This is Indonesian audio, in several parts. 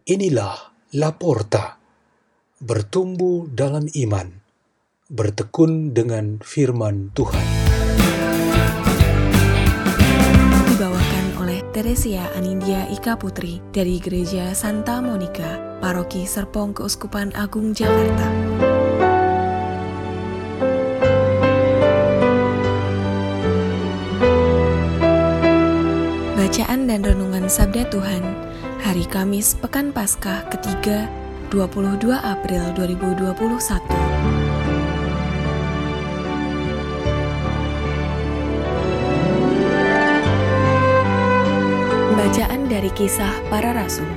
Inilah Laporta, bertumbuh dalam iman, bertekun dengan firman Tuhan. Dibawakan oleh Teresia Anindya Ika Putri dari Gereja Santa Monica, Paroki Serpong Keuskupan Agung Jakarta. Bacaan dan Renungan Sabda Tuhan Hari Kamis Pekan Paskah ketiga 22 April 2021. Bacaan dari Kisah Para Rasul.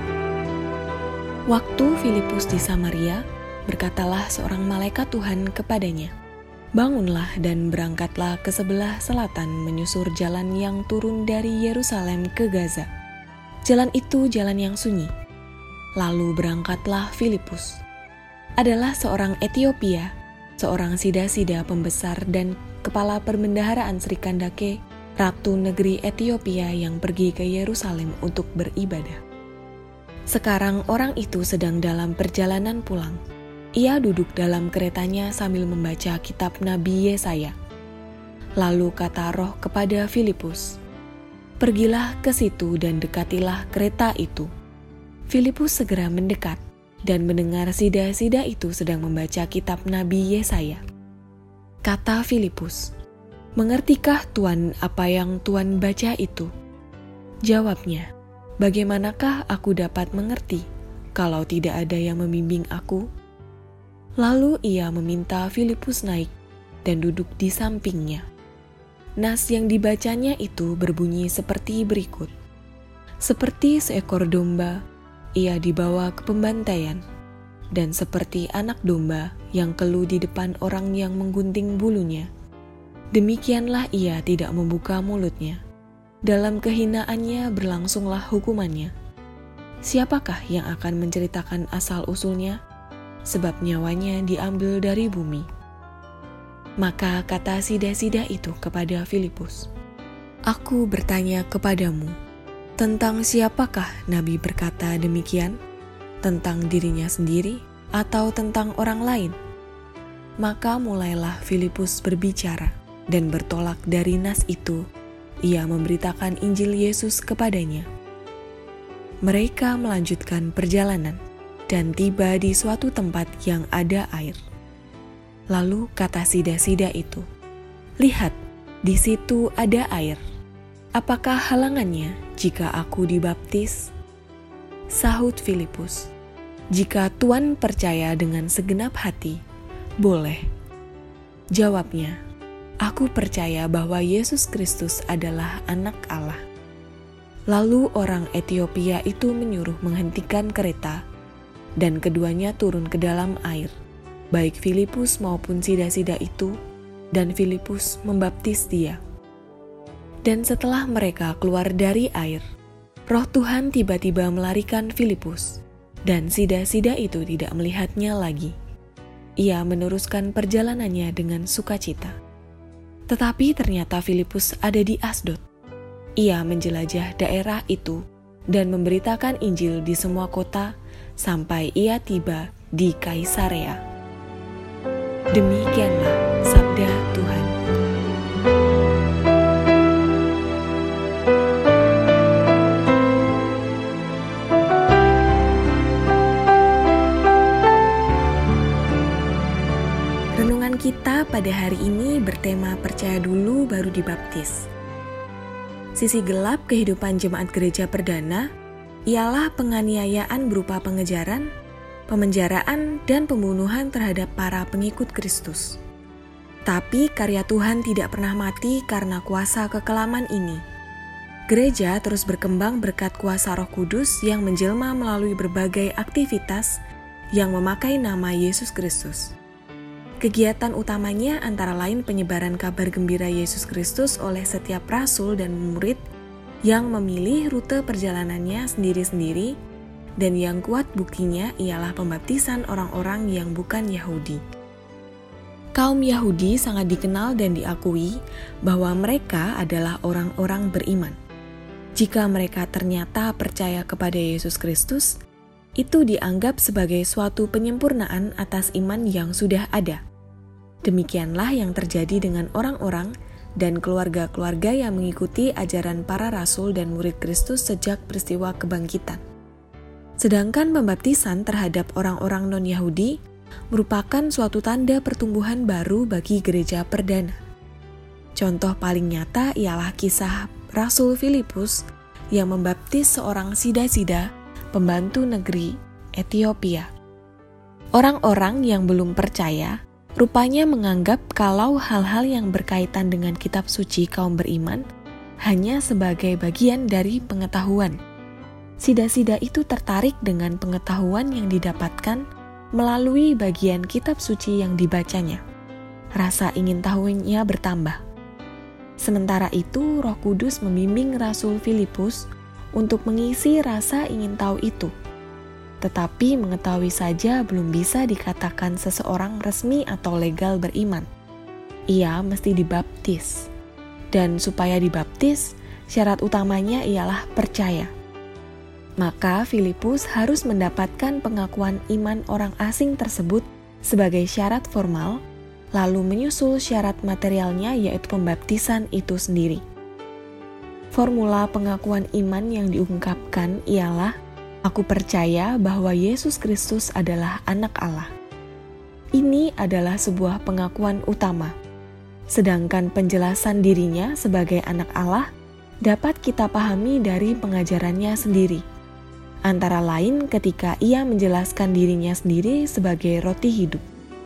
Waktu Filipus di Samaria, berkatalah seorang malaikat Tuhan kepadanya, "Bangunlah dan berangkatlah ke sebelah selatan menyusur jalan yang turun dari Yerusalem ke Gaza. Jalan itu jalan yang sunyi." Lalu berangkatlah Filipus. Adalah seorang Etiopia, seorang sida-sida pembesar dan kepala perbendaharaan Sri Kandake, ratu negeri Etiopia yang pergi ke Yerusalem untuk beribadah. Sekarang orang itu sedang dalam perjalanan pulang. Ia duduk dalam keretanya sambil membaca kitab Nabi Yesaya. Lalu kata Roh kepada Filipus, "Pergilah ke situ dan dekatilah kereta itu." Filipus segera mendekat dan mendengar sida-sida itu sedang membaca kitab Nabi Yesaya. Kata Filipus, "Mengertikah Tuan apa yang Tuan baca itu?" Jawabnya, "Bagaimanakah aku dapat mengerti kalau tidak ada yang membimbing aku?" Lalu ia meminta Filipus naik dan duduk di sampingnya. Nas yang dibacanya itu berbunyi seperti berikut. Seperti seekor domba, ia dibawa ke pembantaian, dan seperti anak domba yang keluh di depan orang yang menggunting bulunya, demikianlah ia tidak membuka mulutnya. Dalam kehinaannya berlangsunglah hukumannya. Siapakah yang akan menceritakan asal-usulnya? Sebab nyawanya diambil dari bumi. Maka kata sida-sida itu kepada Filipus, "Aku bertanya kepadamu, tentang siapakah Nabi berkata demikian? Tentang dirinya sendiri atau tentang orang lain?" Maka mulailah Filipus berbicara, dan bertolak dari nas itu, ia memberitakan Injil Yesus kepadanya. Mereka melanjutkan perjalanan, dan tiba di suatu tempat yang ada air. Lalu kata sida-sida itu, "Lihat, di situ ada air. Apakah halangannya jika aku dibaptis?" Sahut Filipus, "Jika Tuan percaya dengan segenap hati, boleh." Jawabnya, "Aku percaya bahwa Yesus Kristus adalah Anak Allah." Lalu orang Etiopia itu menyuruh menghentikan kereta, dan keduanya turun ke dalam air, baik Filipus maupun sida-sida itu, dan Filipus membaptis dia. Dan setelah mereka keluar dari air, Roh Tuhan tiba-tiba melarikan Filipus, dan sida-sida itu tidak melihatnya lagi. Ia meneruskan perjalanannya dengan sukacita. Tetapi ternyata Filipus ada di Asdod. Ia menjelajah daerah itu dan memberitakan Injil di semua kota sampai ia tiba di Kaisarea. Demikianlah sabda Tuhan. Renungan kita pada hari ini bertema percaya dulu baru dibaptis. Sisi gelap kehidupan jemaat gereja perdana ialah penganiayaan berupa pengejaran, pemenjaraan, dan pembunuhan terhadap para pengikut Kristus. Tapi karya Tuhan tidak pernah mati karena kuasa kekelaman ini. Gereja terus berkembang berkat kuasa Roh Kudus yang menjelma melalui berbagai aktivitas yang memakai nama Yesus Kristus. Kegiatan utamanya antara lain penyebaran kabar gembira Yesus Kristus oleh setiap rasul dan murid yang memilih rute perjalanannya sendiri-sendiri, dan yang kuat buktinya ialah pembaptisan orang-orang yang bukan Yahudi. Kaum Yahudi sangat dikenal dan diakui bahwa mereka adalah orang-orang beriman. Jika mereka ternyata percaya kepada Yesus Kristus, itu dianggap sebagai suatu penyempurnaan atas iman yang sudah ada. Demikianlah yang terjadi dengan orang-orang dan keluarga-keluarga yang mengikuti ajaran para rasul dan murid Kristus sejak peristiwa kebangkitan. Sedangkan pembaptisan terhadap orang-orang non-Yahudi merupakan suatu tanda pertumbuhan baru bagi gereja perdana. Contoh paling nyata ialah kisah Rasul Filipus yang membaptis seorang sida-sida pembantu negeri Ethiopia. Orang-orang yang belum percaya rupanya menganggap kalau hal-hal yang berkaitan dengan kitab suci kaum beriman hanya sebagai bagian dari pengetahuan. Sida-sida itu tertarik dengan pengetahuan yang didapatkan melalui bagian kitab suci yang dibacanya. Rasa ingin tahunya bertambah. Sementara itu, Roh Kudus membimbing Rasul Filipus untuk mengisi rasa ingin tahu itu. Tetapi mengetahui saja belum bisa dikatakan seseorang resmi atau legal beriman. Ia mesti dibaptis. Dan supaya dibaptis, syarat utamanya ialah percaya. Maka Filipus harus mendapatkan pengakuan iman orang asing tersebut sebagai syarat formal, lalu menyusul syarat materialnya yaitu pembaptisan itu sendiri. Formula pengakuan iman yang diungkapkan ialah, aku percaya bahwa Yesus Kristus adalah anak Allah. Ini adalah sebuah pengakuan utama. Sedangkan penjelasan dirinya sebagai anak Allah dapat kita pahami dari pengajarannya sendiri. Antara lain ketika ia menjelaskan dirinya sendiri sebagai roti hidup.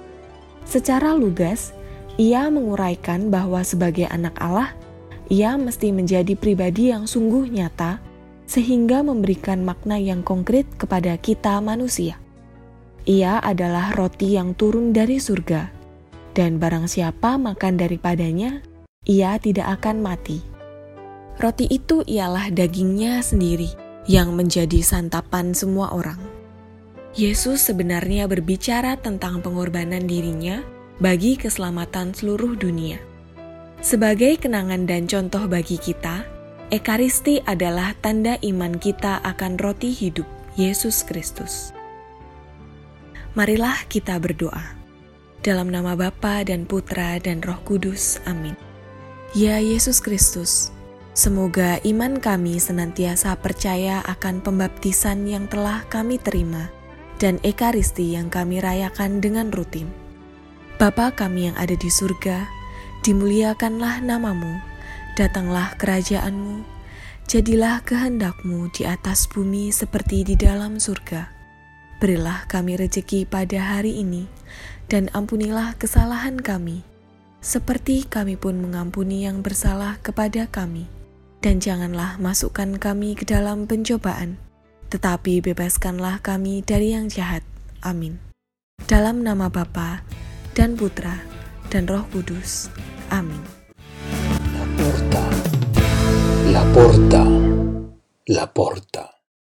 Secara lugas, ia menguraikan bahwa sebagai anak Allah, ia mesti menjadi pribadi yang sungguh nyata, sehingga memberikan makna yang konkret kepada kita manusia. Ia adalah roti yang turun dari surga, dan barang siapa makan daripadanya, ia tidak akan mati. Roti itu ialah dagingnya sendiri, yang menjadi santapan semua orang. Yesus sebenarnya berbicara tentang pengorbanan dirinya bagi keselamatan seluruh dunia. Sebagai kenangan dan contoh bagi kita, Ekaristi adalah tanda iman kita akan roti hidup, Yesus Kristus. Marilah kita berdoa. Dalam nama Bapa dan Putra dan Roh Kudus, amin. Ya Yesus Kristus, semoga iman kami senantiasa percaya akan pembaptisan yang telah kami terima dan Ekaristi yang kami rayakan dengan rutin. Bapa kami yang ada di surga, dimuliakanlah namamu, datanglah kerajaanmu, jadilah kehendak-Mu di atas bumi seperti di dalam surga. Berilah kami rejeki pada hari ini, dan ampunilah kesalahan kami, seperti kami pun mengampuni yang bersalah kepada kami. Dan janganlah masukkan kami ke dalam pencobaan, tetapi bebaskanlah kami dari yang jahat. Amin. Dalam nama Bapa dan Putra dan Roh Kudus. Amin. La porta, la porta, la porta.